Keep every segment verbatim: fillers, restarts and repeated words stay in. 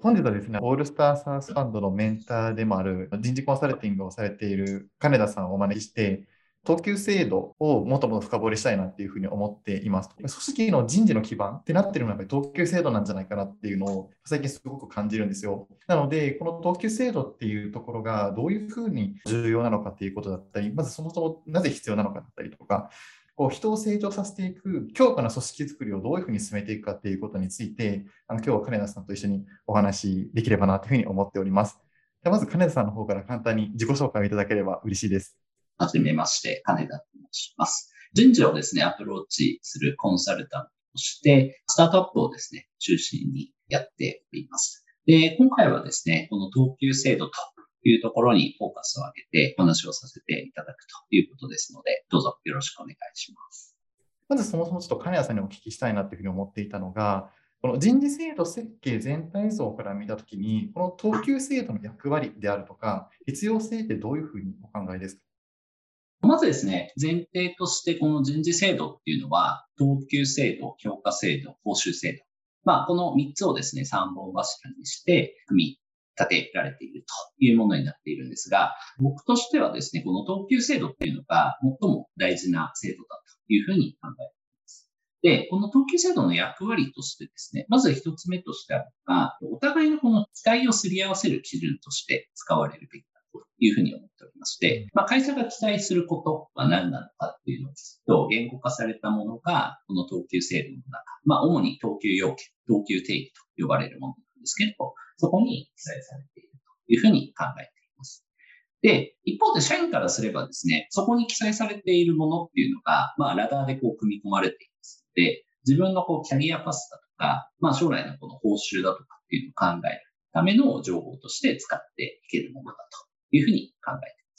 本日はですね、オールスターサースファンドのメンターでもある人事コンサルティングをされている金田さんをお招きして、等級制度をもっともっと深掘りしたいなっていうふうに思っています。組織の人事の基盤ってなってるのはやっぱり等級制度なんじゃないかなっていうのを最近すごく感じるんですよ。なので、この等級制度っていうところがどういうふうに重要なのかっていうことだったり、まずそもそもなぜ必要なのかだったりとか、こう人を成長させていく強固な組織づくりをどういうふうに進めていくかっていうことについて、あの今日は金田さんと一緒にお話しできればなというふうに思っております。ではまず金田さんの方から簡単に自己紹介をいただければ嬉しいです。 はじめまして、金田と申します。人事をですね、アプローチするコンサルタントとして、スタートアップをですね、中心にやっております。で、今回はですね、この等級制度というところにフォーカスを上げてお話をさせていただくということですので、どうぞよろしくお願いします。 まずそもそもちょっと金田さんにお聞きしたいなというふうに思っていたのが、この人事制度設計全体像から見たときに、この等級制度の役割であるとか、必要性ってどういうふうにお考えですか？ まずですね、前提としてこの人事制度っていうのは、等級制度、評価制度、報酬制度。まあ、このみっつをですね、さんぼん柱にして組み立てられているというものになっているんですが、僕としてはですね、この等級制度っていうのが最も大事な制度だというふうに考えています。で、この等級制度の役割としてですね、まず一つ目としてあるのが、お互いのこの期待をすり合わせる基準として使われるべきだというふうに思っておりまして、まあ、会社が期待することは何なのかっていうのをですと、言語化されたものが、この等級制度の中、まあ、主に等級要件、等級定義と呼ばれるものなんですけど、そこに記載されているというふうに考えています。で、一方で社員からすればですね、そこに記載されているものっていうのが、まあ、ラダーでこう組み込まれていますので、自分のこうキャリアパスだとか、まあ、将来のこの報酬だとかっていうのを考えるための情報として使っていけるものだというふうに考えています。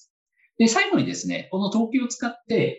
で、最後にですね、この等級を使って、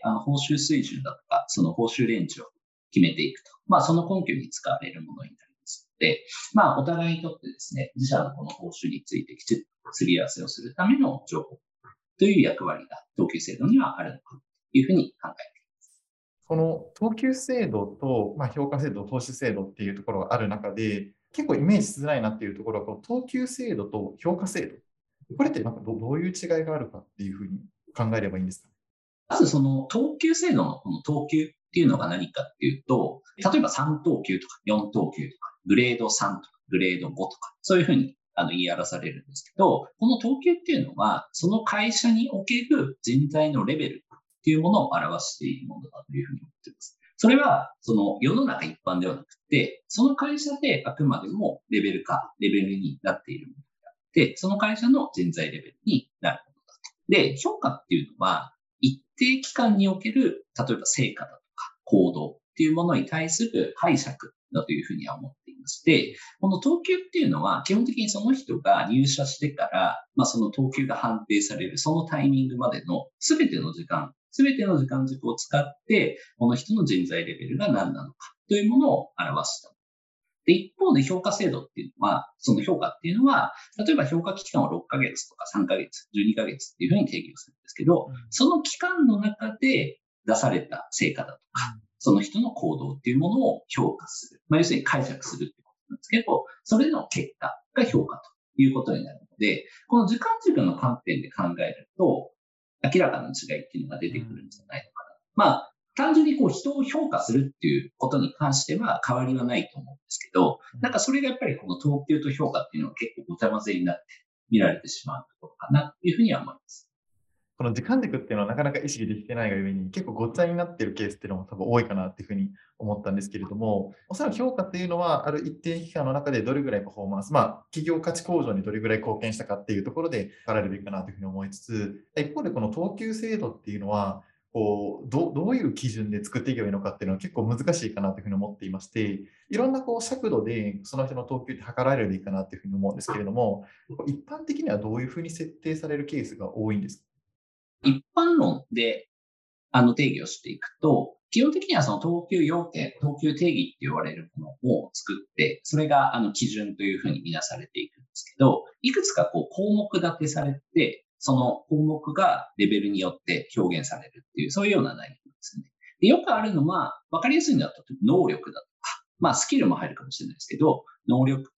あの報酬水準だとか、その報酬レンジを決めていくと。まあ、その根拠に使われるものになりますので、まあ、お互いにとってですね、自社のこの報酬についてきちっとすり合わせをするための情報という役割が等級制度にはあるのかというふうに考えています。 この等級制度と、まあ、評価制度、投資制度っていうところがある中で、結構イメージしづらいなっていうところが、この等級制度と評価制度。これってなんかどどういう違いがあるかっていうふうに考えればいいんですか？ まずその等級制度のこの等級っていうのが何かっていうと、例えばさん等級とかよん等級とか、グレードさんとか、グレードごとか、そういうふうにあの言い表されるんですけど、この等級っていうのは、その会社における人材のレベルっていうものを表しているものだというふうに思っています。それは、その世の中一般ではなくて、その会社であくまでもレベル化、レベルになっているものであって、その会社の人材レベルになるものだと。で、評価っていうのは、一定期間における、例えば成果だとか行動っていうものに対する解釈だというふうには思っていまして、この等級っていうのは基本的にその人が入社してから、まあその等級が判定されるそのタイミングまでの全ての時間、全ての時間軸を使って、この人の人材レベルが何なのかというものを表したで、一方で評価制度っていうのは、その評価っていうのは、例えば評価期間をろっかげつとかさんかげつ、じゅうにかげつっていうふうに定義をするんですけど、その期間の中で出された成果だとか、その人の行動っていうものを評価する。まあ、要するに解釈するってことなんですけど、それの結果が評価ということになるので、この時間軸の観点で考えると、明らかな違いっていうのが出てくるんじゃないのかな。まあ、単純にこう人を評価するっていうことに関しては変わりはないと思うんですけど、なんかそれがやっぱりこの等級と評価っていうのは結構ごちゃ混ぜになって見られてしまうところかなっていうふうには思います。 この時間軸っていうのはなかなか意識できてないがゆえに、結構ごっちゃになってるケースっていうのも多分多いかなっていうふうに思ったんですけれども、おそらく評価っていうのは、ある一定期間の中でどれぐらいパフォーマンス、まあ、企業価値向上にどれぐらい貢献したかっていうところで測られるべきかなというふうに思いつつ、一方でこの等級制度っていうのは、こうどどういう基準で作っていけばいいのかっていうのは結構難しいかなというふうに思っていまして、いろんなこう尺度でその人の等級って測られるべきかなというふうに思うんですけれども、一般的にはどういうふうに設定されるケースが多いんですか？ 一般論であの定義をしていくと、基本的にはその等級要件、等級定義って言われるものを作って、それがあの基準というふうに見なされていくんですけど、いくつかこう項目立てされて、その項目がレベルによって表現されるっていう、そういうような内容なんですね。でよくあるのは、わかりやすいのだと能力だとか、まあスキルも入るかもしれないですけど、能力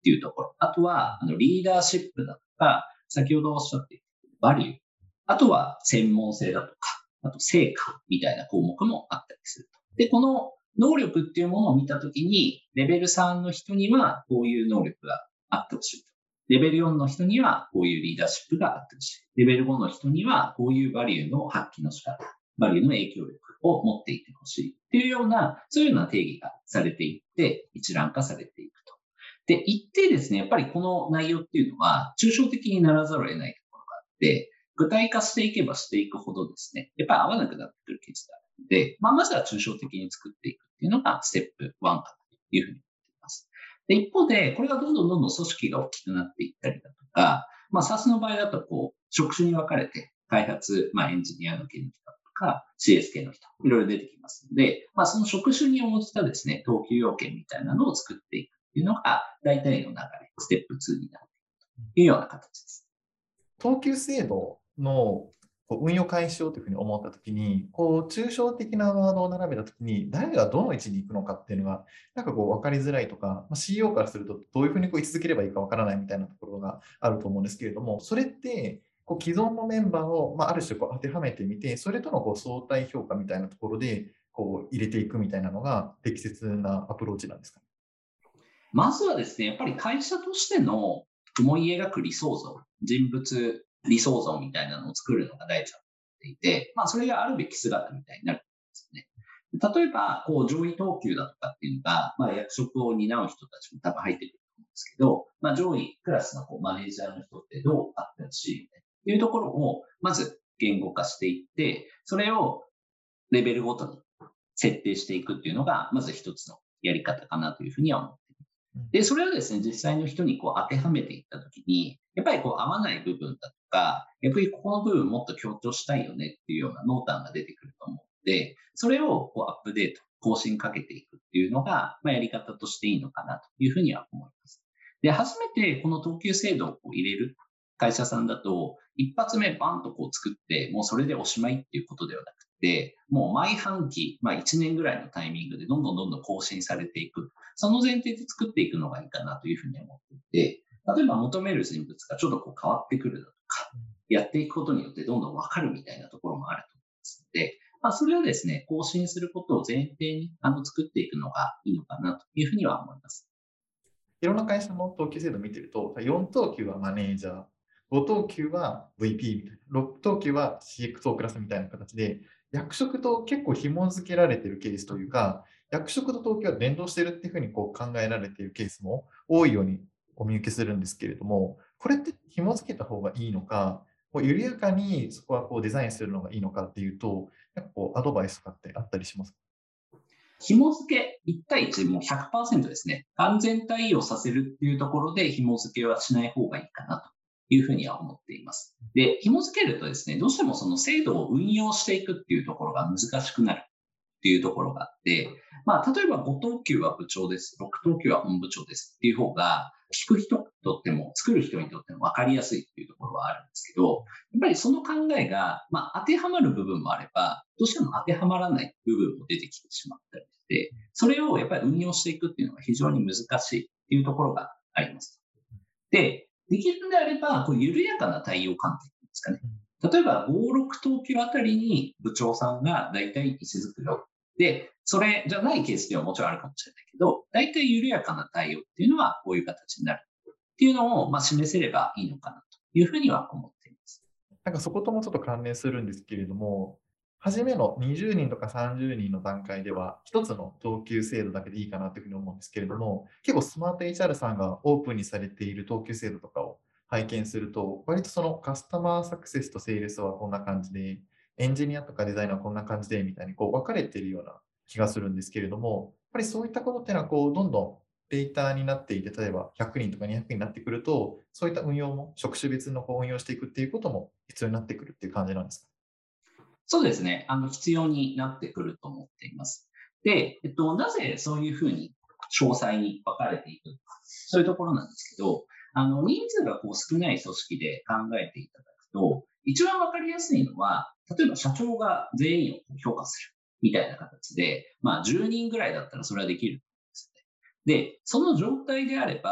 ていうところ。あとは、あの、リーダーシップだとか、先ほどおっしゃっていたバリュー。あとは、専門性だとか、あと、成果みたいな項目もあったりすると。で、この能力っていうものを見たときに、レベルさんの人にはこういう能力があってほしい。レベルよんの人にはこういうリーダーシップがあってほしい。レベルごの人にはこういうバリューの発揮の仕方、バリューの影響力を持っていてほしいっていうような、そういうような定義がされていって、一覧化されていくと。で、一定ですね、やっぱりこの内容っていうのは、抽象的にならざるを得ないところがあって、具体化していけばしていくほどですね、やっぱり合わなくなってくるケースがあるので、まあ、まずは抽象的に作っていくっていうのがステップいちかなというふうに思っています。で、一方で、これがどんどんどんどん組織が大きくなっていったりだとか、まあ、SaaS の場合だと、こう、職種に分かれて、開発、まあ、エンジニアの系の人とか、シーエス 系の人、いろいろ出てきますので、まあ、その職種に応じたですね、等級要件みたいなのを作っていくっていうのが、大体の流れ、ステップにになっているというような形です。 等級制度のこう運用開始しようというふうに思ったときに、こう抽象的なワードを並べたときに、誰がどの位置に行くのかっていうのが、なんかこう分かりづらいとか、まあ、シーイーオー からするとどういうふうにこう位置づければいいか分からないみたいなところがあると思うんですけれども、それってこう既存のメンバーを、まあ、ある種こう当てはめてみて、それとのこう相対評価みたいなところでこう入れていくみたいなのが適切なアプローチなんですかね。 まずはですね、やっぱり会社としての思い描く理想像、人物理想像みたいなのを作るのが大事だと思っていて、まあそれがあるべき姿みたいになるんですね。例えば、こう上位等級だとかっていうのが、まあ役職を担う人たちも多分入ってくると思うんですけど、まあ上位クラスのこうマネージャーの人ってどうあってほしいよねっていうところを、まず言語化していって、それをレベルごとに設定していくっていうのが、まず一つのやり方かなというふうには思っています。で、それをですね、実際の人にこう当てはめていったときに、やっぱりこう合わない部分だとか、やっぱりここの部分もっと強調したいよねっていうような濃淡が出てくると思うので、それをこうアップデート、更新かけていくっていうのが、まあ、やり方としていいのかなというふうには思います。で、初めてこの等級制度をこう入れる会社さんだと、一発目バンとこう作って、もうそれでおしまいっていうことではなくて、もう毎半期、まあいちねんぐらいのタイミングでどんどんどんどん更新されていく。その前提で作っていくのがいいかなというふうに思っていて、例えば求める人物がちょっとこう変わってくるだとか、やっていくことによってどんどんわかるみたいなところもあると思いますので、まあそれをですね、更新することを前提にあの作っていくのがいいのかなというふうには思います。 いろんな会社の等級制度を見てると、よん等級はマネージャー、ご等級は ブイピー みたいな、ろく等級は シーエックスオー クラスみたいな形で、役職と結構紐付けられているケースというか、役職と等級は連動しているっていうふうにこう考えられているケースも多いようにお見受けするんですけれども、これって紐付けた方がいいのか、こう緩やかにそこはこうデザインするのがいいのかっていうと、なんかこうアドバイスとかってあったりしますか？ 紐付けいち対いちもひゃくパーセントですね。完全対応させるっていうところで紐付けはしない方がいいかなというふうには思っています。で、紐付けるとですね、どうしてもその制度を運用していくっていうところが難しくなるっていうところがあって、まあ、例えばご等級は部長です、ろく等級は本部長ですっていう方が、聞く人にとっても、作る人にとっても分かりやすいっていうところはあるんですけど、やっぱりその考えが、まあ、当てはまる部分もあれば、どうしても当てはまらない部分も出てきてしまったりして、それをやっぱり運用していくっていうのが非常に難しいっていうところがあります。で、できるんであれば、こう緩やかな対応関係ですかね。例えば、ご、ろく等級あたりに部長さんが大体位置づくよ。で、それじゃないケースではもちろんあるかもしれないけど、大体緩やかな対応っていうのはこういう形になるっていうのをまあ示せればいいのかなというふうには思っています。 なんかそこともちょっと関連するんですけれども、初めのにじゅうにんとかさんじゅうにんの段階では、一つの等級制度だけでいいかなというふうに思うんですけれども、結構スマート エイチアール さんがオープンにされている等級制度とかを拝見すると、割とそのカスタマーサクセスとセールスはこんな感じで、エンジニアとかデザイナーはこんな感じでみたいにこう分かれているような気がするんですけれども、やっぱりそういったことっていうのはこうどんどんデータになっていて、例えばひゃくにんとかにひゃくにんになってくると、そういった運用も、職種別のこう運用していくっていうことも必要になってくるっていう感じなんですか？ そうですね。あの、必要になってくると思っています。で、えっと、なぜそういうふうに詳細に分かれていくのか、そういうところなんですけど、あの、人数がこう少ない組織で考えていただくと、一番分かりやすいのは、例えば社長が全員を評価するみたいな形で、まあじゅうにんぐらいだったらそれはできるんですよね。で、その状態であれば、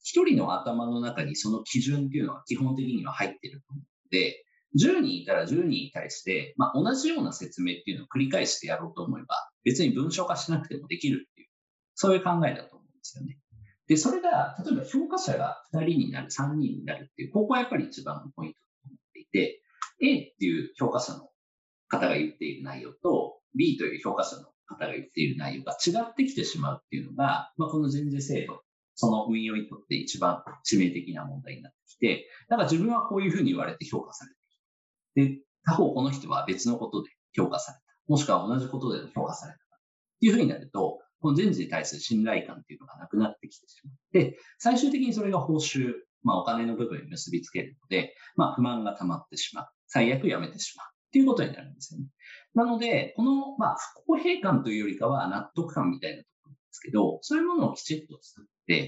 一人の頭の中にその基準っていうのは基本的には入っていると思うので、じゅうにんいたらじゅうにんに対して、まあ、同じような説明っていうのを繰り返してやろうと思えば、別に文章化しなくてもできるっていう、そういう考えだと思うんですよね。で、それが、例えば評価者がふたりになる、さんにんになるっていう、ここはやっぱり一番のポイントだと思っていて、A っていう評価者の方が言っている内容と、B という評価者の方が言っている内容が違ってきてしまうっていうのが、まあ、この人事制度、その運用にとって一番致命的な問題になってきて、だから自分はこういうふうに言われて評価されている。で、他方この人は別のことで評価された。もしくは同じことで評価された。っていうふうになると、この人事に対する信頼感っていうのがなくなってきてしまって、最終的にそれが報酬、まあお金の部分に結びつけるので、まあ不満が溜まってしまう。最悪やめてしまう。っていうことになるんですよね。なので、この、まあ不公平感というよりかは納得感みたいなところなんですけど、そういうものをきちっと作って、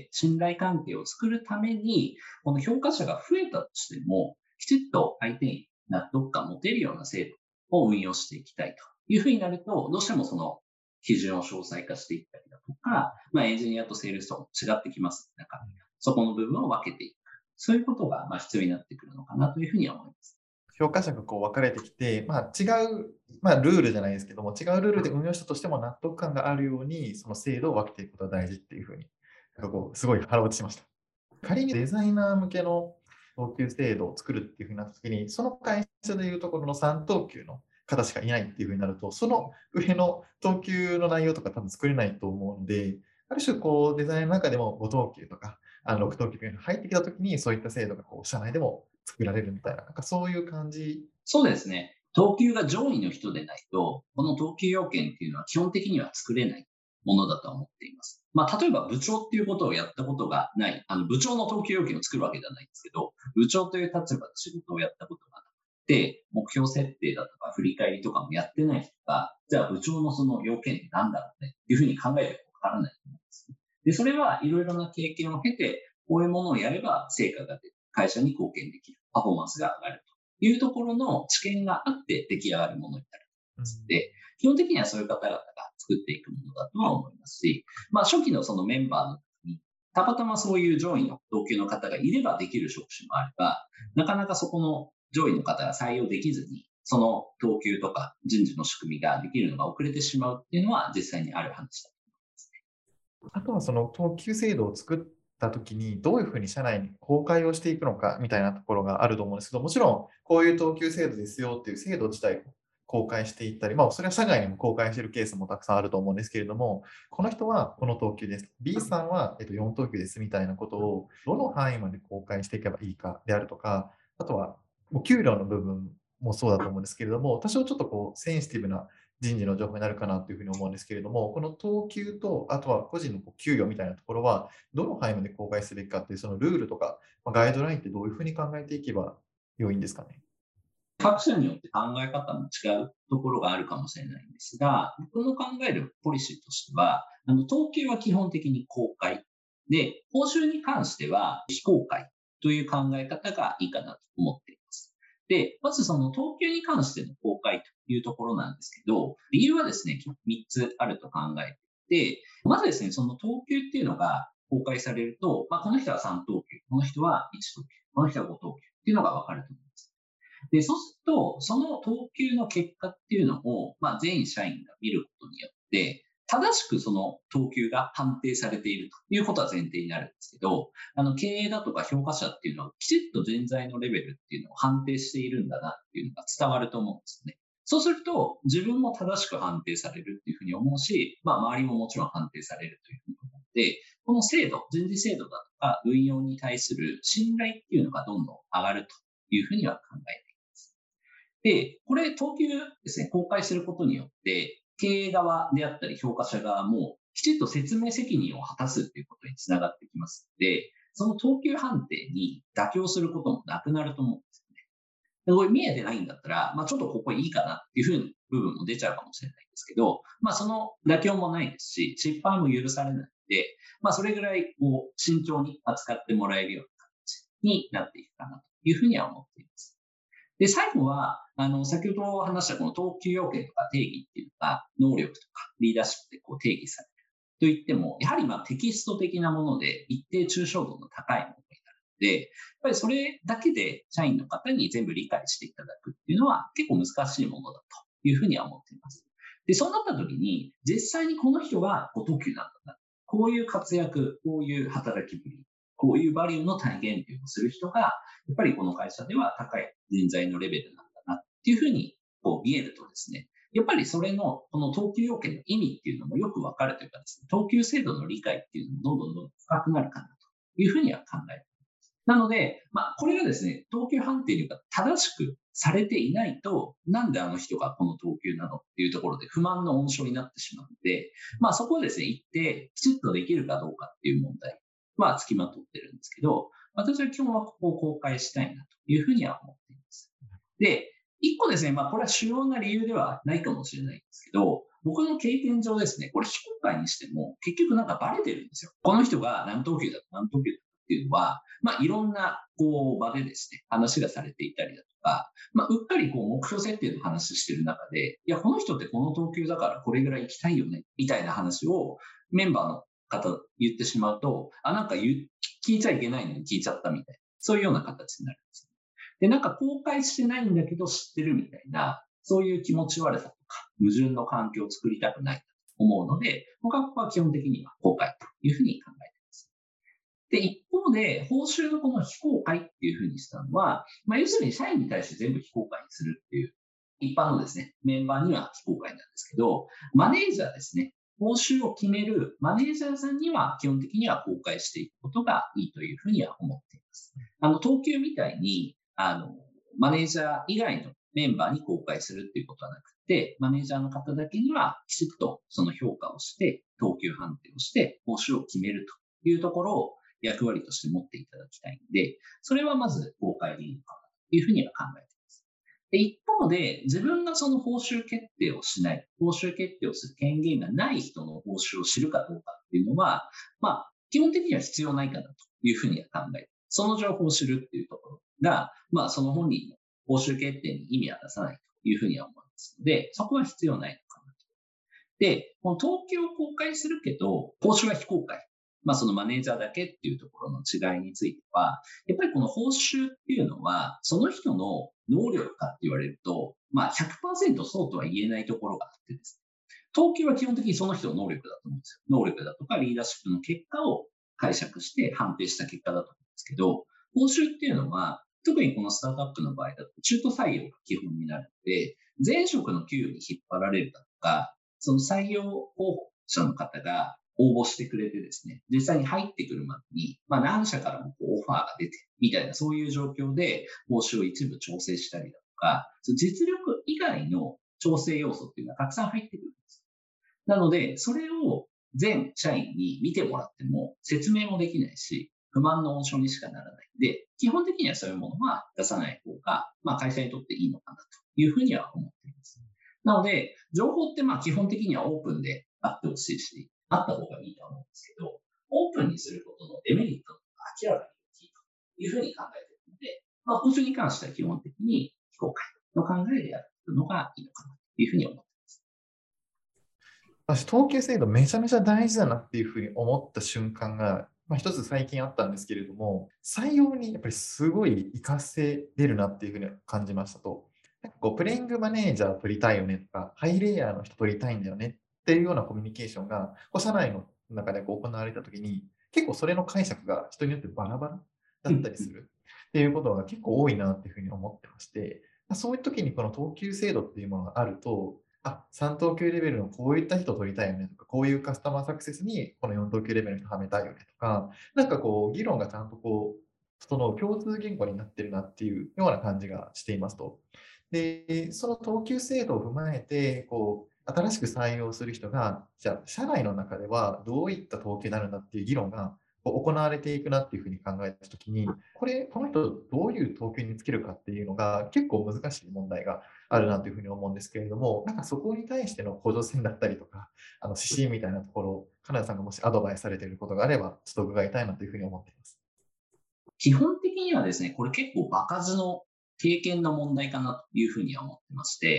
信頼関係を作るために、この評価者が増えたとしても、きちっと相手に納得感を持てるような制度を運用していきたいというふうになると、どうしてもその基準を詳細化していったりだとか、まあ、エンジニアとセールスとも違ってきます。なんか、そこの部分を分けていく。そういうことがまあ必要になってくるのかなというふうには思います。 評価者がこう分かれてきて、まあ、違う、まあ、ルールじゃないですけども、違うルールで運用したとしても納得感があるように、その制度を分けていくことが大事っていうふうに、なんかこう、すごい腹落ちしました。仮にデザイナー向けの等級制度を作るっていうふうになったときに、その会社でいうところのさん等級の方しかいないっていうふうになると、その上の等級の内容とか多分作れないと思うので、ある種こうデザインの中でもご等級とかあのろく等級が入ってきたときに、そういった制度がこう社内でも作られるみたいな、なんかそういう感じ。 そうですね。等級が上位の人でないと、この等級要件っていうのは基本的には作れないものだと思っています。まあ、例えば部長っていうことをやったことがない、あの部長の等級要件を作るわけではないんですけど、部長という立場で仕事をやったことがなくて、目標設定だとか振り返りとかもやってない人が、じゃあ部長のその要件って何だろうねっていうふうに考えてもわからないと思うんですね。で、それはいろいろな経験を経て、こういうものをやれば成果が出る。会社に貢献できる。パフォーマンスが上がるというところの知見があって出来上がるものになるので、基本的にはそういう方々が作っていくものだとは思いますし、まあ初期のそのメンバーの時に、たまたまそういう上位の同級の方がいればできる職種もあれば、なかなかそこの上位の方が採用できずに、その等級とか人事の仕組みができるのが遅れてしまうっていうのは実際にある話だと思いますね。 あとはその等級制度を作ったときに、どういうふうに社内に公開をしていくのかみたいなところがあると思うんですけど、もちろんこういう等級制度ですよっていう制度自体を公開していったり、まあ、それは社外にも公開しているケースもたくさんあると思うんですけれども、この人はこの等級です。B さんはえっとよん等級ですみたいなことをどの範囲まで公開していけばいいかであるとか、あとはお給料の部分もそうだと思うんですけれども、多少ちょっとこうセンシティブな人事の情報になるかなというふうに思うんですけれども、この等級と、あとは個人のこう給与みたいなところは、どの範囲まで公開すべきかっていう、そのルールとか、まあガイドラインってどういうふうに考えていけば良いんですかね。 各社によって考え方も違うところがあるかもしれないんですが、僕の考えるポリシーとしては、あの、統計は基本的に公開。で、報酬に関しては非公開という考え方がいいかなと思っています。で、まずその統計に関しての公開というところなんですけど、理由はですね、みっつあると考えていて、まずですね、その統計っていうのが公開されると、まあ、この人はさん等級、この人はいち等級、この人はご等級っていうのがわかると思います。で、そうすると、その等級の結果っていうのを、まあ、全社員が見ることによって、正しくその等級が判定されているということは前提になるんですけど、あの、経営だとか評価者っていうのは、きちっと人材のレベルっていうのを判定しているんだなっていうのが伝わると思うんですね。そうすると、自分も正しく判定されるっていうふうに思うし、まあ、周りももちろん判定されるというふうに思って、この制度、人事制度だとか運用に対する信頼っていうのがどんどん上がるというふうには考えています。で、これ、等級ですね、公開することによって、経営側であったり評価者側も、きちっと説明責任を果たすということにつながってきますので、その等級判定に妥協することもなくなると思うんですよね。でこれ見えてないんだったら、まあちょっとここいいかなっていうふうな部分も出ちゃうかもしれないんですけど、まあその妥協もないですし、失敗も許されないので、まあそれぐらいこう慎重に扱ってもらえるような形になっていくかなというふうには思っています。で、最後は、あの、先ほど話したこの等級要件とか定義っていうのが、能力とかリーダーシップでこう定義されるといっても、やはりまあテキスト的なもので一定抽象度の高いものになるので、やっぱりそれだけで社員の方に全部理解していただくっていうのは結構難しいものだというふうには思っています。で、そうなった時に、実際にこの人はご等級なんだな。こういう活躍、こういう働きぶり、こういうバリューの体現っていうのをする人が、やっぱりこの会社では高い人材のレベルなんだなっていうふうにこう見えるとですね、やっぱりそれの、この等級要件の意味っていうのもよくわかるというかですね、等級制度の理解っていうのもどんどんどんどん深くなるかなというふうには考えています。なので、まあ、これがですね、等級判定が正しくされていないと、なんであの人がこの等級なのっていうところで不満の温床になってしまうので、まあそこをですね、一定きちっとできるかどうかっていう問題は付きまとってるんですけど、私は基本はここを公開したいなというふうには思っています。で、一個ですね、まあこれは主要な理由ではないかもしれないんですけど、僕の経験上ですね、これ非公開にしても結局なんかバレてるんですよ。この人が何等級だと何等級だっていうのは、まあいろんなこう場でですね、話がされていたりだとか、まあうっかりこう目標設定の話してる中で、いや、この人ってこの等級だからこれぐらい行きたいよね、みたいな話をメンバーの方言ってしまうと、あ、なんか言う聞いちゃいけないのに聞いちゃったみたいな、そういうような形になるんです。で、なんか公開してないんだけど知ってるみたいな、そういう気持ち悪さとか、矛盾の環境を作りたくないと思うので、僕はここは基本的には公開というふうに考えています。で、一方で、報酬のこの非公開っていうふうにしたのは、まあ、要するに社員に対して全部非公開にするっていう、一般のですね、メンバーには非公開なんですけど、マネージャーですね、報酬を決めるマネージャーさんには基本的には公開していくことがいいというふうには思っています。あの、等級みたいに、あの、マネージャー以外のメンバーに公開するっていうことはなくて、マネージャーの方だけにはきちっとその評価をして、等級判定をして、報酬を決めるというところを役割として持っていただきたいんで、それはまず公開でいいのかなというふうには考えています。で、一方で、自分がその報酬決定をしない、報酬決定をする権限がない人の報酬を知るかどうかっていうのは、まあ、基本的には必要ないかなというふうには考えて、その情報を知るっていうところが、まあ、その本人の報酬決定に意味は出さないというふうには思いますので、そこは必要ないのかなと。で、この等級を公開するけど、報酬は非公開。まあそのマネージャーだけっていうところの違いについては、やっぱりこの報酬っていうのは、その人の能力かって言われると、まあひゃくパーセントそうとは言えないところがあってですね。等級は基本的にその人の能力だと思うんですよ。能力だとかリーダーシップの結果を解釈して判定した結果だと思うんですけど、報酬っていうのは、特にこのスタートアップの場合だと中途採用が基本になるので、前職の給与に引っ張られるだとか、その採用候補者の方が応募してくれてですね、実際に入ってくるまでに、まあ何社からもこうオファーが出て、みたいなそういう状況で報酬を一部調整したりだとか、実力以外の調整要素っていうのはたくさん入ってくるんです。なので、それを全社員に見てもらっても説明もできないし、不満の温床にしかならないんで、基本的にはそういうものは出さない方が、まあ会社にとっていいのかなというふうには思っています。なので、情報ってまあ基本的にはオープンであってほしいし、あった方がいいと思うんですけど、オープンにすることのデメリットが明らかに大きいというふうに考えているので、まあ報酬に関しては基本的に非公開の考えでやるのがいいのかなというふうに思っています。 私、等級制度めちゃめちゃ大事だなっていうふうに思った瞬間が、まあ、一つ最近あったんですけれども、採用にやっぱりすごい活かせれるなっていうふうに感じましたと。なんかこう、プレイングマネージャー取りたいよねとか、ハイレイヤーの人取りたいんだよねっていうようなコミュニケーションが、こう社内の中でこう行われたときに、結構それの解釈が人によってバラバラだったりするっていうことが結構多いなっていうふうに思ってまして、そういう時にこの等級制度っていうものがあると、あ、さん等級レベルのこういった人取りたいよねとか、こういうカスタマーサクセスにこのよん等級レベルの人はめたいよねとか、なんかこう、議論がちゃんとこう、その共通言語になってるなっていうような感じがしていますと。で、その等級制度を踏まえて、こう、新しく採用する人が、じゃあ、社内の中ではどういった等級になるんだっていう議論がこう行われていくなっていうふうに考えたときに、これ、この人どういう等級につけるかっていうのが結構難しい問題があるなというふうに思うんですけれども、なんかそこに対しての補助線だったりとか、あの指針みたいなところを、金田さんがもしアドバイスされていることがあれば、ちょっと伺いたいなというふうに思っています。 基本的にはですね、これ結構場数の経験の問題かなというふうには思ってまして、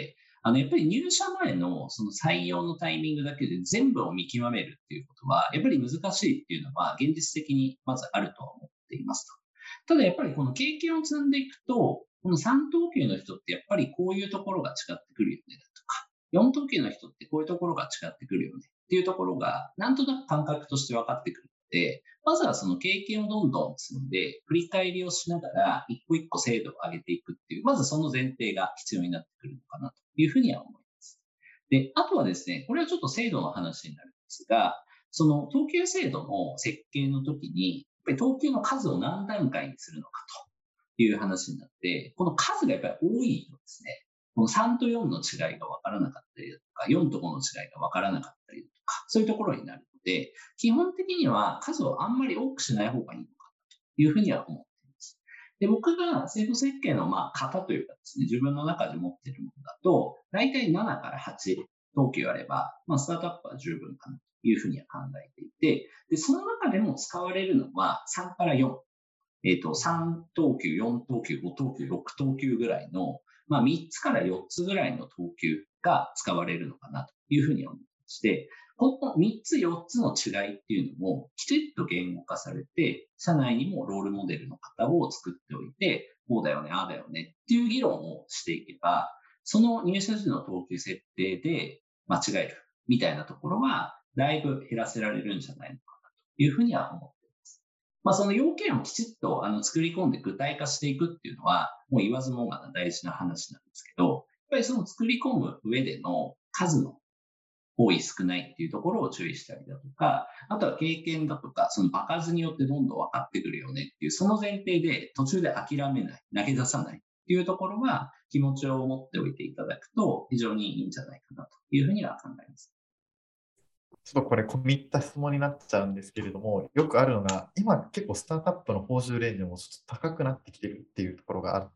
あの、やっぱり入社前のその採用のタイミングだけで全部を見極めるっていうことは、やっぱり難しいっていうのは現実的にまずあるとは思っていますと。ただやっぱりこの経験を積んでいくと、このさん等級の人ってやっぱりこういうところが違ってくるよねだとか、よん等級の人ってこういうところが違ってくるよねっていうところが、なんとなく感覚として分かってくるので、まずはその経験をどんどん積んで、振り返りをしながら、一個一個精度を上げていくっていう、まずその前提が必要になってくるのかなというふうには思います。で、あとはですね、これはちょっと精度の話になるんですが、その等級制度の設計の時に、やっぱり等級の数を何段階にするのかという話になって、この数がやっぱり多いとですね、このさんとよんの違いが分からなかったりだとか、よんとごの違いが分からなかったりだとか、そういうところになるので、基本的には数をあんまり多くしない方がいいのかなというふうには思っています。で、僕が制度設計のまあ型というかですね、自分の中で持っているものだと、だいたいななからはち等級あれば、まあ、スタートアップは十分かなというふうには考えていて、で、その中でも使われるのはさんからよん。えっ、と、さん等級、よん等級、ご等級、ろく等級ぐらいの、まあみっつからよっつぐらいの等級が使われるのかなというふうに思ってまして、このみっつ、よっつの違いっていうのもきちっと言語化されて、社内にもロールモデルの方を作っておいて、こうだよね、ああだよねっていう議論をしていけば、その入社時の等級設定で間違えるみたいなところは、だいぶ減らせられるんじゃないのかなというふうには思っています。まあ、その要件をきちっとあの作り込んで具体化していくっていうのは、もう言わずもがな大事な話なんですけど、やっぱりその作り込む上での数の多い少ないっていうところを注意したりだとか、あとは経験だとか、その場数によってどんどん分かってくるよねっていう、その前提で途中で諦めない、投げ出さないっていうところは気持ちを持っておいていただくと非常にいいんじゃないかなというふうには考えます。 ちょっとこれ、込み入った質問になっちゃうんですけれども、よくあるのが、今結構スタートアップの報酬レンジもちょっと高くなってきてるっていうところがあって、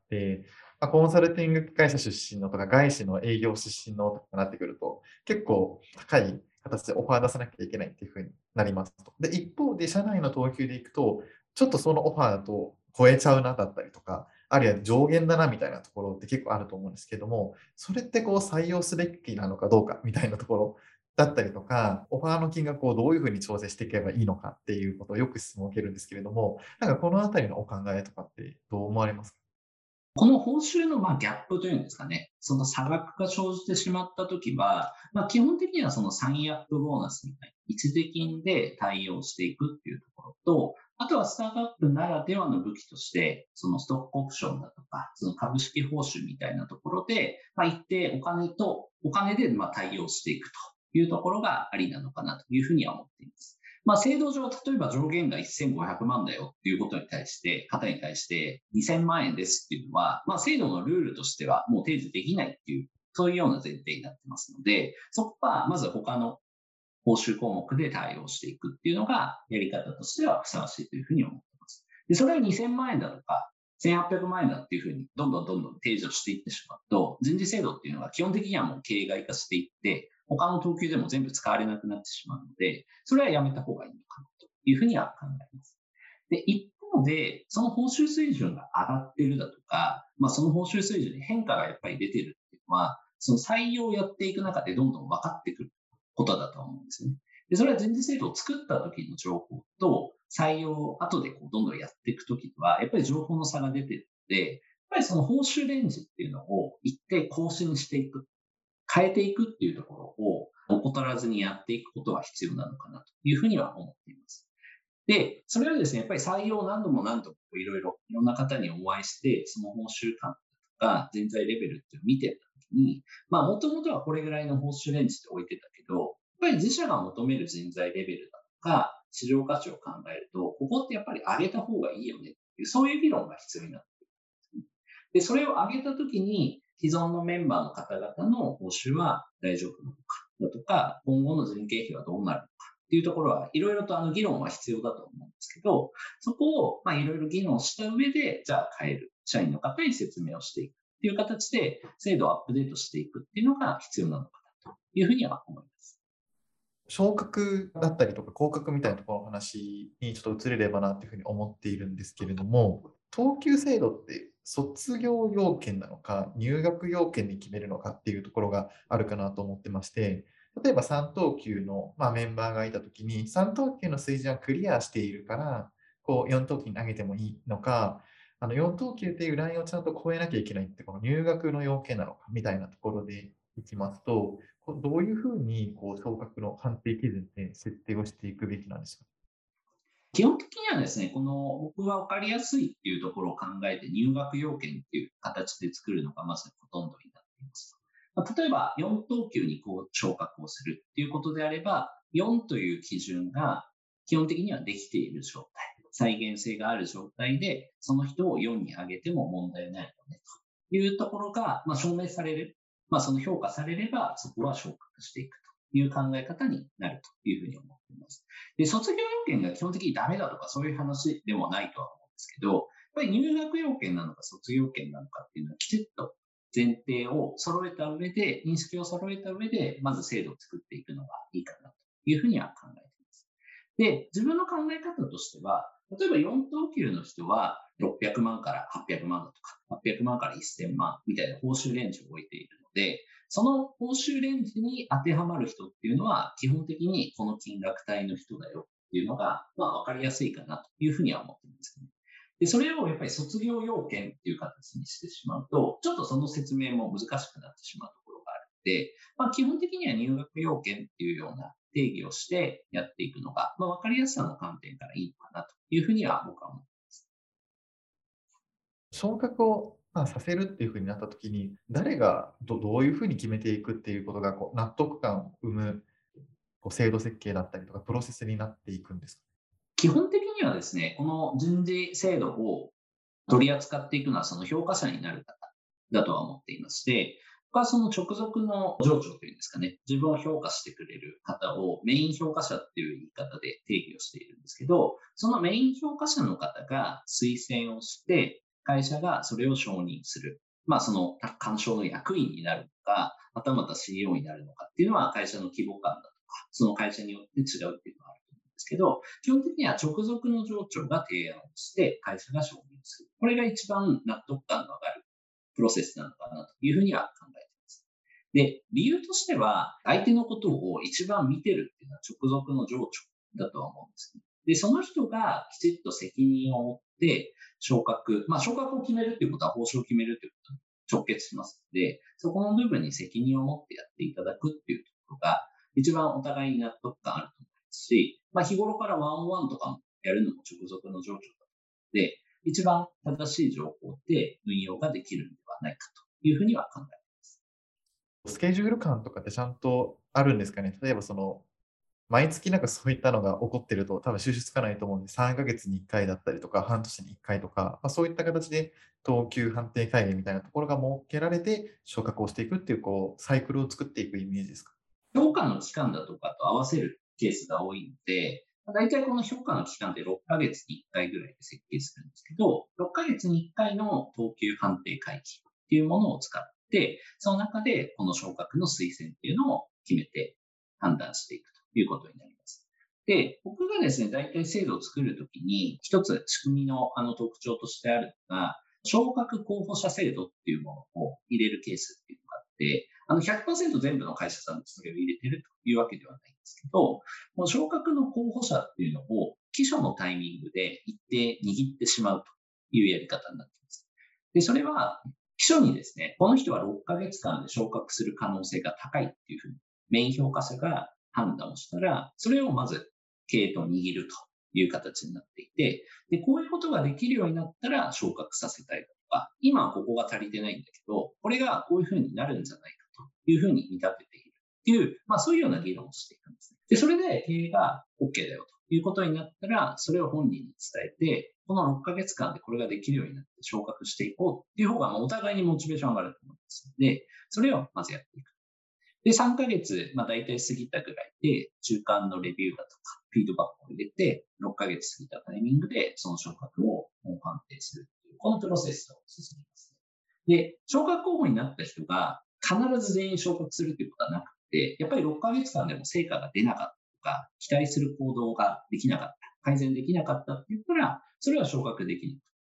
まあ、コンサルティング会社出身のとか、外資の営業出身のとかなってくると、結構高い形でオファー出さなきゃいけないっていうふうになりますと。で、一方で、社内の等級でいくと、ちょっとそのオファーだと超えちゃうなだったりとか、あるいは上限だなみたいなところって結構あると思うんですけども、それってこう採用すべきなのかどうかみたいなところだったりとか、オファーの金額をどういうふうに調整していけばいいのかっていうことをよく質問を受けるんですけれども、なんかこのあたりのお考えとかってどう思われますか？ この報酬のまあギャップというんですかね、その差額が生じてしまったときは、まあ、基本的にはそのサインアップボーナスみたいな一時金で対応していくっていうところと、あとはスタートアップならではの武器として、そのストックオプションだとか、その株式報酬みたいなところで、まあ、一定お金と、お金でまあ対応していくというところがありなのかなというふうには思っています。まあ、制度上、例えば上限がせんごひゃくまんだよっていうことに対して、方に対してにせんまん円ですっていうのは、まあ、制度のルールとしてはもう提示できないっていう、そういうような前提になってますので、そこはまず他の報酬項目で対応していくっていうのが、やり方としてはふさわしいというふうに思っています。で、それをにせんまん円だとか、せんはっぴゃくまん円だっていうふうに、どんどんどんどん提示をしていってしまうと、人事制度っていうのは基本的にはもう形骸化していって、他の等級でも全部使われなくなってしまうので、それはやめた方がいいのかなというふうには考えます。で、一方で、その報酬水準が上がってるだとか、まあ、その報酬水準に変化がやっぱり出てるっていうのは、その採用をやっていく中でどんどん分かってくることだと思うんですよね。で、それは人事制度を作った時の情報と、採用を後でこうどんどんやっていく時には、やっぱり情報の差が出てるので、やっぱりその報酬レンジっていうのを一定更新していく、変えていくっていうところを怠らずにやっていくことが必要なのかなというふうには思っています。で、それはですね、やっぱり採用を何度も何度もいろいろ、いろんな方にお会いして、その報酬感とか人材レベルっていうのを見てたときに、まあ、もともとはこれぐらいの報酬レンジで置いてたけど、やっぱり自社が求める人材レベルだとか、市場価値を考えると、ここってやっぱり上げた方がいいよねっていう、そういう議論が必要になってくるんですね。で、それを上げたときに、既存のメンバーの方々の報酬は大丈夫なのかだとか、今後の人件費はどうなるのかっていうところはいろいろとあの議論は必要だと思うんですけど、そこをまあいろいろ議論した上で、じゃあ変える。社員の方に説明をしていくっていう形で制度をアップデートしていくっていうのが必要なのかなというふうには思います。 昇格だったりとか降格みたいなところの話にちょっと移れればなというふうに思っているんですけれども、 等級制度って卒業要件なのか、入学要件で決めるのかっていうところがあるかなと思ってまして、例えばさん等級の、まあ、メンバーがいたときに、さん等級の水準はクリアしているから、こうよん等級に上げてもいいのか、あのよん等級っていうラインをちゃんと超えなきゃいけないって、この入学の要件なのかみたいなところでいきますと、こうどういうふうにこう昇格の判定基準って設定をしていくべきなんでしょうか。 基本的にはですね、この僕は分かりやすいっていうところを考えて入学要件っていう形で作るのがまずほとんどになっています。まあ、例えばよん等級にこう昇格をするっていうことであれば、よんという基準が基本的にはできている状態、再現性がある状態で、その人をよんに上げても問題ないよねというところが、まあ、証明される、まあ、その評価されれば、そこは昇格していくという考え方になるというふうに思っています。で、卒業要件が基本的にダメだとかそういう話でもないとは思うんですけど、やっぱり入学要件なのか卒業要件なのかっていうのはきちっと前提を揃えた上で、認識を揃えた上で、まず制度を作っていくのがいいかなというふうには考えています。で、自分の考え方としては、例えばよん等級の人はろっぴゃくまんからはっぴゃくまんだとか、はっぴゃくまんからせんまんみたいな報酬レンジを置いているので、その報酬レンジに当てはまる人っていうのは、基本的にこの金額帯の人だよっていうのが、まあ、わかりやすいかなというふうには思ってるんですね。で、それをやっぱり卒業要件っていう形にしてしまうと、ちょっとその説明も難しくなってしまうところがあるので、まあ、基本的には入学要件っていうような定義をしてやっていくのが、まあ、わかりやすさの観点からいいのかなというふうには僕は思っています。 昇格を、まあ、させるっていうふうになったときに、誰がどどういうふうに決めていくっていうことがこう納得感を生むこう制度設計だったりとか、プロセスになっていくんですか？ 基本的にはですね、この人事制度を取り扱っていくのはその評価者になる方だとは思っていまして、僕はその直属の上長というんですかね、自分を評価してくれる方をメイン評価者っていう言い方で定義をしているんですけど、そのメイン評価者の方が推薦をして、会社がそれを承認する。まあその干渉の役員になるのか、はたまた シーイーオー になるのかっていうのは会社の規模感だとか、その会社によって違うっていうのはあると思うんですけど、基本的には直属の上長が提案をして会社が承認する。これが一番納得感の上がるプロセスなのかなというふうには考えています。で、理由としては、相手のことを一番見てるっていうのは直属の上長だとは思うんですね。で、その人がきちっと責任を持って昇格、まあ昇格を決めるっていうことは報酬を決めるっていうことに直結しますので、そこの部分に責任を持ってやっていただくっていうところが、一番お互いに納得感あると思いますし、まあ日頃からワンオンワンとかもやるのも直属の上長だので、一番正しい情報で運用ができるのではないかというふうには考えています。 スケジュール感とかってちゃんとあるんですかね？例えばその、毎月なんかそういったのが起こってると、多分収集つかないと思うんで、さんかげつにいっかいだったりとか、半年にいっかいとか、まあ、そういった形で等級判定会議みたいなところが設けられて、昇格をしていくっていう、こう、サイクルを作っていくイメージですか？ 評価の期間だとかと合わせるケースが多いので、大体この評価の期間ってろっかげつにいっかいぐらいで設計するんですけど、ろっかげつにいっかいの等級判定会議っていうものを使って、その中でこの昇格の推薦っていうのを決めて判断していくということになります。で、僕がですね、大体制度を作るときに、一つ仕組みのあの特徴としてあるのが、昇格候補者制度っていうものを入れるケースっていうのがあって、あのひゃくパーセント全部の会社さんでそれを入れてるというわけではないんですけど、この昇格の候補者っていうのを基礎のタイミングで一定握ってしまうというやり方になっています。で、それは基礎にですね、この人はろっかげつかんで昇格する可能性が高いっていうふうにメイン評価者が判断をしたら、それをまず経営と握るという形になっていて、で、こういうことができるようになったら昇格させたいだとか、今はここが足りてないんだけど、これがこういうふうになるんじゃないかというふうに見立てているっていう、まあそういうような議論をしていくんですね。で、それで経営が OK だよということになったら、それを本人に伝えて、このろっかげつかんでこれができるようになって昇格していこうっていう方が、まあお互いにモチベーション上がると思いますので、それをまずやっていく。で、さんかげつ、まあ大体過ぎたぐらいで、中間のレビューだとか、フィードバックを入れて、ろっかげつ過ぎたタイミングで、その昇格を判定するっていう、このプロセスを進めますね。で、昇格候補になった人が、必ず全員昇格するということはなくて、やっぱりろっかげつかんでも成果が出なかったとか、期待する行動ができなかった、改善できなかったって言ったら、それは昇格できなく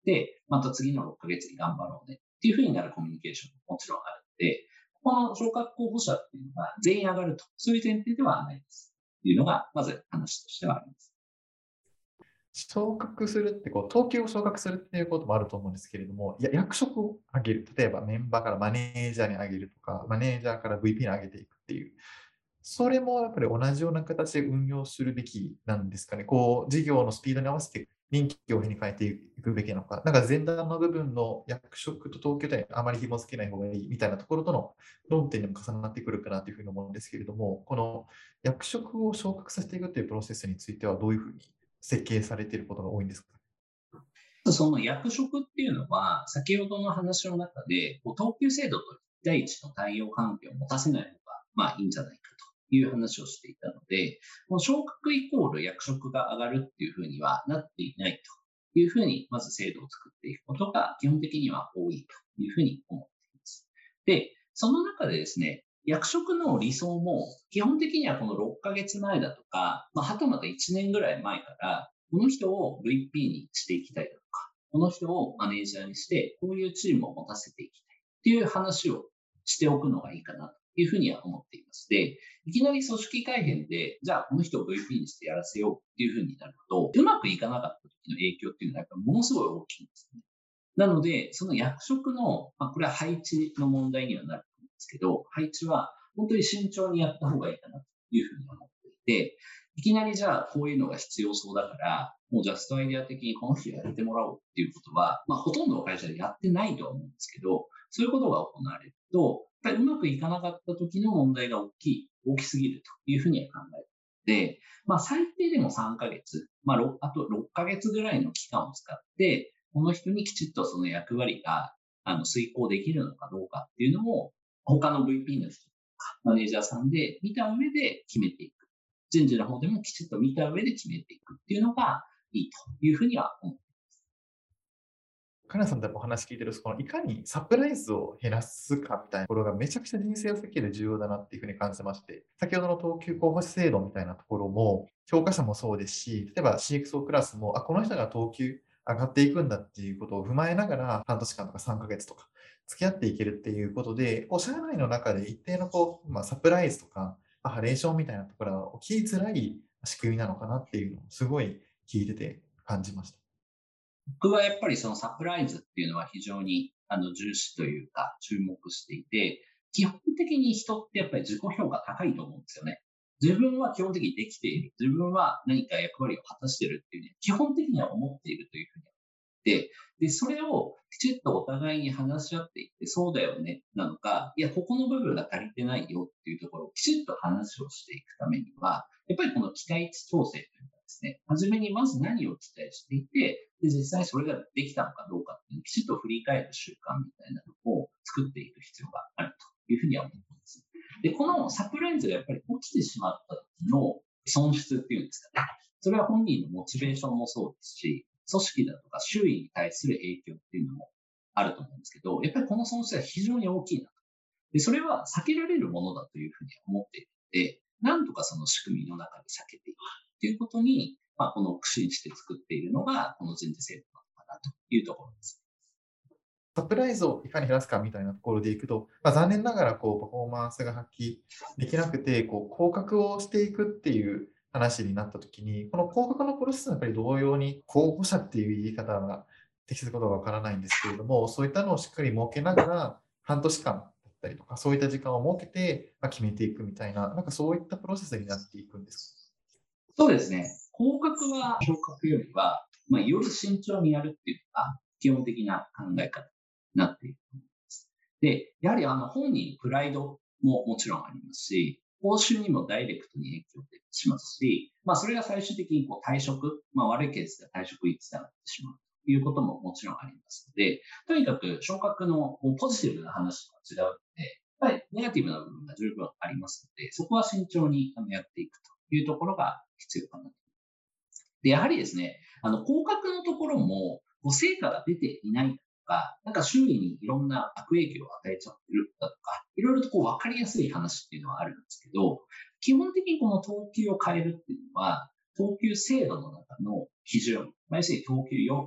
で、また次のろっかげつに頑張ろうねっていうふうになるコミュニケーションももちろんあるので、この昇格候補者っていうのが全員上がると、そういう前提ではないです。っていうのが、まず話としてはあります。 昇格するってこう、等級を昇格するっていうこともあると思うんですけれども、いや役職を上げる。例えばメンバーからマネージャーに上げるとか、マネージャーから ブイピー に上げていくっていう。それもやっぱり同じような形で運用するべきなんですかね。こう、事業のスピードに合わせて臨機応変に変えていくべきなのか。なんか前段の部分の役職と等級であまり紐付けない方がいいみたいなところとの論点にも重なってくるかなというふうに思うんですけれども、この役職を昇格させていくというプロセスについてはどういうふうに設計されていることが多いんですか？ その役職っていうのは、先ほどの話の中で、こう等級制度といち対いちの対応関係を持たせない方が、まあいいんじゃないかという話をしていたので、もう昇格イコール役職が上がるっていうふうにはなっていないというふうに、まず制度を作っていくことが基本的には多いというふうに思っています。で、その中でですね、役職の理想も基本的にはこのろっかげつまえだとか、まあ、はたまたいちねんぐらい前から、この人を ブイピー にしていきたいだとか、この人をマネージャーにして、こういうチームを持たせていきたいっていう話をしておくのがいいかなというふうには思っています。で、いきなり組織改変で、じゃあこの人を ブイピー にしてやらせようっていうふうになると、うまくいかなかった時の影響っていうのはやっぱりものすごい大きいんですね。なので、その役職の、まあ、これは配置の問題にはなると思うんですけど、配置は本当に慎重にやった方がいいかなというふうに思っていて、いきなりじゃあこういうのが必要そうだから、もうジャストアイデア的にこの人やってもらおうっていうことは、まあほとんどの会社でやってないとは思うんですけど、そういうことが行われると、やっぱりうまくいかなかった時の問題が大きい、大きすぎるというふうには考えて、で、まあ最低でもさんかげつ、まああとろっかげつぐらいの期間を使って、この人にきちっとその役割があの遂行できるのかどうかっていうのも、他の ブイピー の人とかマネージャーさんで見た上で決めていく。人事の方でもきちっと見た上で決めていくっていうのがいいというふうには思う。 カナさんとお話聞いてると、このいかにサプライズを減らすかみたいなところがめちゃくちゃ人生設計で重要だなっていうふうに感じまして、先ほどの等級候補者制度みたいなところも、評価者もそうですし、例えば シーエックスオー クラスも、あ、この人が等級上がっていくんだっていうことを踏まえながら、半年間とかさんかげつとか付き合っていけるっていうことで、こう社内の中で一定のこう、まあ、サプライズとか、まあハレーションみたいなところが起きづらい仕組みなのかなっていうのをすごい聞いてて感じました。 僕はやっぱりそのサプライズっていうのは非常にあの重視というか注目していて、基本的に人ってやっぱり自己評価高いと思うんですよね。自分は基本的にできている。自分は何か役割を果たしているっていうね、基本的には思っているというふうに思って、で、それをきちっとお互いに話し合っていって、そうだよね、なのか、いや、ここの部分が足りてないよっていうところをきちっと話をしていくためには、やっぱりこの期待値調整というかですね、初めにまず何を期待していて、で、実際それができたのかどうかっていうのをきちっと振り返る習慣みたいなのを作っていく必要があるというふうには思っています。で、このサプライズがやっぱり起きてしまった時の損失っていうんですかね。それは本人のモチベーションもそうですし、組織だとか周囲に対する影響っていうのもあると思うんですけど、やっぱりこの損失は非常に大きいなと。で、それは避けられるものだというふうに思っているので、なんとかその仕組みの中で避けていくっていうことに、まあ、この苦心して作っているのが、この人事制度なのかなというところです。 サプライズをいかに減らすかみたいなところでいくと、まあ、残念ながらこうパフォーマンスが発揮できなくて、こう降格をしていくっていう話になったときに、この降格のプロセスはやっぱり同様に候補者っていう言い方が適切かどうかわからないんですけれども、そういったのをしっかり設けながら、半年間だったりとか、そういった時間を設けて、まあ、決めていくみたいな、なんかそういったプロセスになっていくんですか？ そうですね。降格は昇格よりは、まあ、より慎重にやるっていうのが基本的な考え方になっていると思います。で、やはりあの本人のプライドももちろんありますし、報酬にもダイレクトに影響しますし、まあそれが最終的にこう退職、まあ悪いケースで退職につながってしまうということももちろんありますので、とにかく昇格のポジティブな話とは違うので、やっぱりネガティブな部分が十分ありますので、そこは慎重にやっていくというところが必要かなと。で、やはりですね、あの、降格のところも、こう成果が出ていないとか、なんか周囲にいろんな悪影響を与えちゃってるだとか、いろいろとこう分かりやすい話っていうのはあるんですけど、基本的にこの等級を変えるっていうのは、等級制度の中の基準、まあ、要するに等級要件だとか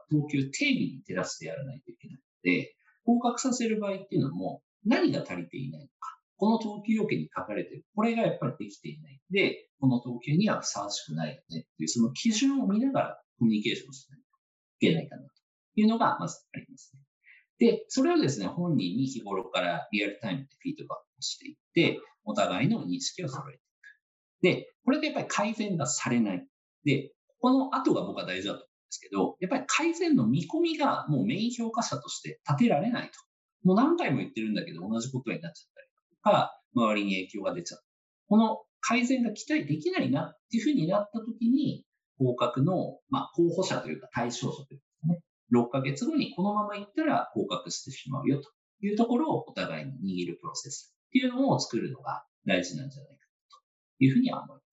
等級定義に照らしてやらないといけないので、合格させる場合っていうのも何が足りていないのか。この等級要件に書かれている。これがやっぱりできていない。で、この等級にはふさわしくないよねっていう、その基準を見ながらコミュニケーションしないといけないかなというのがまずありますね。で、それをですね、本人に日頃からリアルタイムでフィードバックしていって、お互いの認識を揃えていく。で、これでやっぱり改善がされない。で、この後が僕は大事だと思うんですけど、やっぱり改善の見込みがもうメイン評価者として立てられないと。もう何回も言ってるんだけど同じことになっちゃったりとか、周りに影響が出ちゃう。この改善が期待できないなっていうふうになったときに、合格の、まあ、候補者というか対象者というかね、ろっかげつごにこのまま行ったら合格してしまうよというところをお互いに握るプロセスっていうのを作るのが大事なんじゃないかというふうには思います。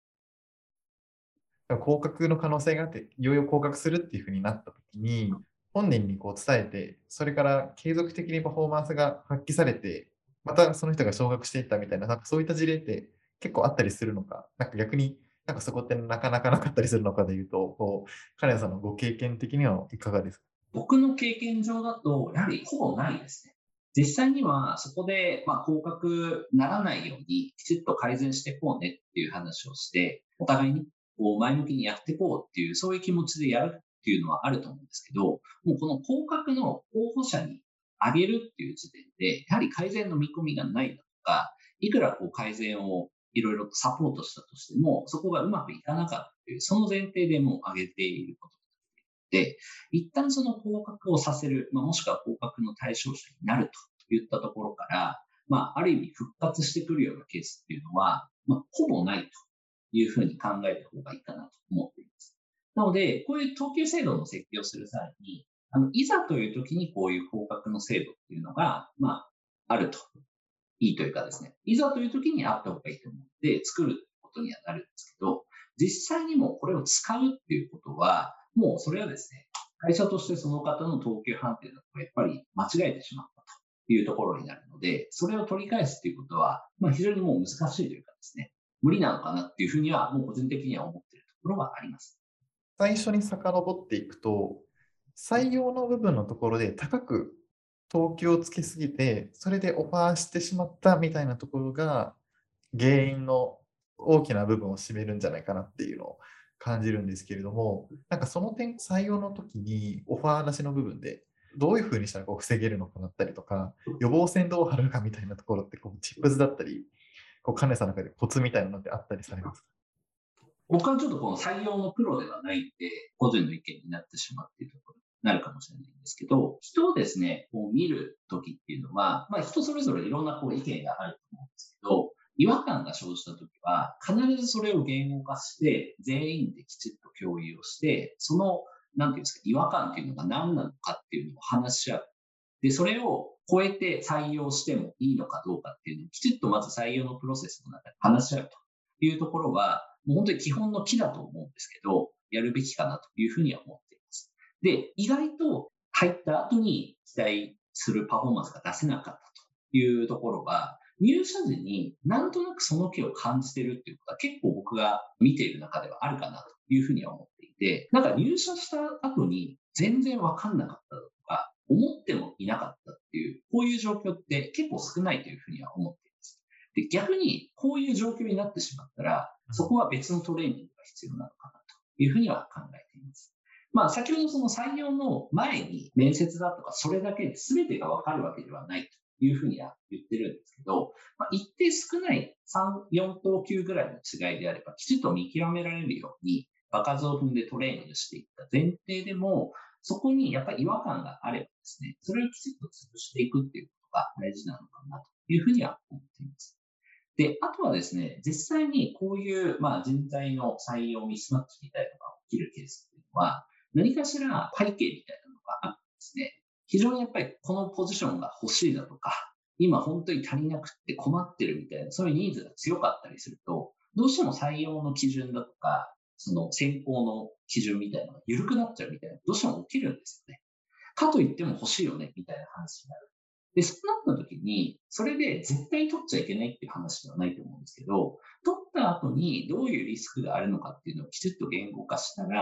合格の可能性があって、いよいよ合格するっていうふうになったときに、本人にこう伝えて、それから継続的にパフォーマンスが発揮されて、またその人が昇格していったみたいな、なんかそういった事例って結構あったりするのか、なんか逆になんかそこってなかなかなかったりするのかでいうと、こう、金谷さんのご経験的にはいかがですか？ 僕の経験上だと、やはりほぼないですね。実際にはそこで、まあ、合格ならないようにきちっと改善していこうねっていう話をして、お互いにこう前向きにやっていこうっていう、そういう気持ちでやるっていうのはあると思うんですけど、もうこの合格の候補者にあげるっていう時点で、やはり改善の見込みがないだとか、いくらこう改善をいろいろとサポートしたとしても、そこがうまくいかなかったという、その前提でもう上げていることで、一旦その合格をさせる、まあ、もしくは合格の対象者になるといったところから、まあ、ある意味復活してくるようなケースっていうのは、まあ、ほぼないというふうに考えた方がいいかなと思っています。なので、こういう等級制度の設計をする際に、あの、いざという時にこういう合格の制度っていうのが、まあ、あるといいというかですね、いざという時にあった方がいいと思って作ることにはなるんですけど、実際にもこれを使うっていうことは、もうそれはですね、会社としてその方の等級判定だとやっぱり間違えてしまったというところになるので、それを取り返すっていうことは、まあ、非常にもう難しいというかですね、無理なのかなっていうふうには、もう個人的には思っているところはあります。 最初に遡っていくと、採用の部分のところで高く等級をつけすぎて、それでオファーしてしまったみたいなところが、原因の大きな部分を占めるんじゃないかなっていうのを感じるんですけれども、なんかその点、採用の時にオファー出しの部分で、どういうふうにしたらこう防げるのかだったりとか、予防線どう張るかみたいなところって、こうチップスだったり、こう、金さんの中でコツみたいなのってあったりされますか？ 僕はちょっとこの採用のプロではないんで、個人の意見になってしまうっていうところになるかもしれないんですけど、人をですね、こう見るときっていうのは、まあ人それぞれいろんなこう意見があると思うんですけど、違和感が生じたときは、必ずそれを言語化して、全員できちっと共有をして、その、なんていうんですか、違和感っていうのが何なのかっていうのを話し合う。で、それを超えて採用してもいいのかどうかっていうのをきちっとまず採用のプロセスの中で話し合うというところは、もう本当に基本の木だと思うんですけど、やるべきかなというふうには思っています。で、意外と入った後に期待するパフォーマンスが出せなかったというところは、入社時になんとなくその気を感じてるっていうことは結構僕が見ている中ではあるかなというふうには思っていて、なんか入社した後に全然わかんなかったとか、思ってもいなかったっていう、こういう状況って結構少ないというふうには思っています。で、逆にこういう状況になってしまったら、そこは別のトレーニングが必要なのかなというふうには考えています。まあ、先ほどその採用の前に面接だとか、それだけで全てがわかるわけではないというふうには言ってるんですけど、まあ、一定少ないさん、よん等級ぐらいの違いであれば、きちっと見極められるように、場数を踏んでトレーニングしていった前提でも、そこにやっぱり違和感があればですね、それをきちっと潰していくっていうことが大事なのかなというふうには思っています。で、あとはですね、実際にこういう、まあ、人材の採用ミスマッチみたいなのが起きるケースっていうのは、何かしら背景みたいなのがあってですね、非常にやっぱりこのポジションが欲しいだとか、今本当に足りなくて困ってるみたいな、そういうニーズが強かったりすると、どうしても採用の基準だとか、その選考の基準みたいなのが緩くなっちゃうみたいな、どうしても起きるんですよね。かといっても欲しいよね、みたいな話になる。で、そうなった時に、それで絶対取っちゃいけないっていう話ではないと思うんですけど、取った後にどういうリスクがあるのかっていうのをきちっと言語化したら、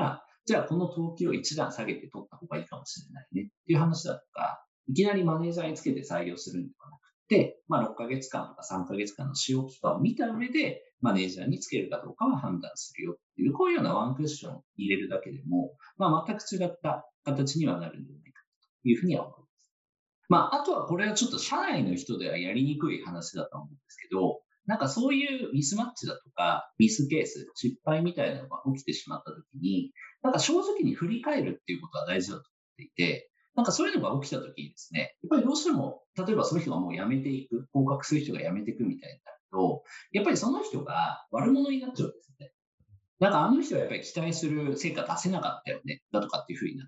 じゃあこの等級を一段下げて取った方がいいかもしれないねっていう話だとか、いきなりマネージャーにつけて採用するんではなくて、まあ、ろっかげつかんとかさんかげつかんの使用期間を見た上で、マネージャーにつけるかどうかは判断するよっていう、こういうようなワンクッションを入れるだけでも、まあ、全く違った形にはなるんじゃないかというふうには思います。まあ、あとはこれはちょっと社内の人ではやりにくい話だと思うんですけど、なんかそういうミスマッチだとか、ミスケース、失敗みたいなのが起きてしまったときに、なんか正直に振り返るっていうことは大事だと思っていて、なんかそういうのが起きたときにですね、やっぱりどうしても、例えばその人がもう辞めていく、合格する人が辞めていくみたいになると、やっぱりその人が悪者になっちゃうんですね。なんかあの人はやっぱり期待する成果出せなかったよね、だとかっていうふうになって、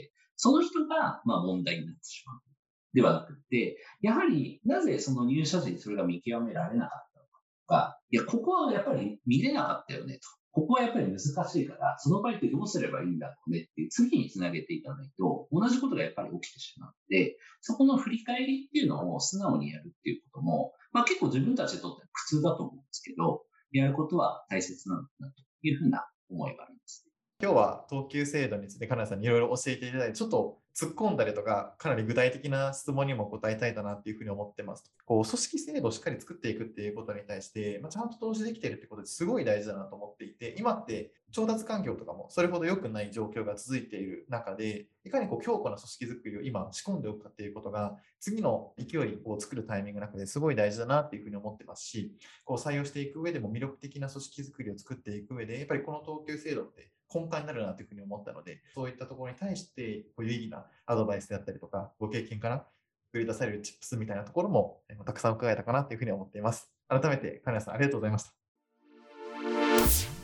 その人がまあ問題になってしまう。ではなくて、やはりなぜその入社時にそれが見極められなかったのかとか、いや、ここはやっぱり見れなかったよねと。ここはやっぱり難しいから、その場合ってどうすればいいんだろうねっていう次につなげていかないと、同じことがやっぱり起きてしまうので、そこの振り返りっていうのを素直にやるっていうことも、まあ結構自分たちにとっては苦痛だと思うんですけど、やることは大切なのかなというふうな思いがあります。 今日は等級制度について金谷さんにいろいろ教えていただいて、ちょっと突っ込んだりとか、かなり具体的な質問にも答えたいかなっていうふうに思ってます。こう組織制度をしっかり作っていくっていうことに対して、まあ、ちゃんと投資できているってことですごい大事だなと思っていて、今って調達環境とかもそれほど良くない状況が続いている中で、いかにこう強固な組織づくりを今仕込んでおくかっていうことが、次の勢いを作るタイミングの中ですごい大事だなっていうふうに思ってますし、こう採用していく上でも魅力的な組織づくりを作っていく上で、やっぱりこの等級制度って根幹になるなというふうに思ったので、そういったところに対してこう有意義なアドバイスであったりとか、ご経験から繰り出されるチップスみたいなところもたくさん伺えたかなというふうに思っています。改めて金谷さんありがとうございました。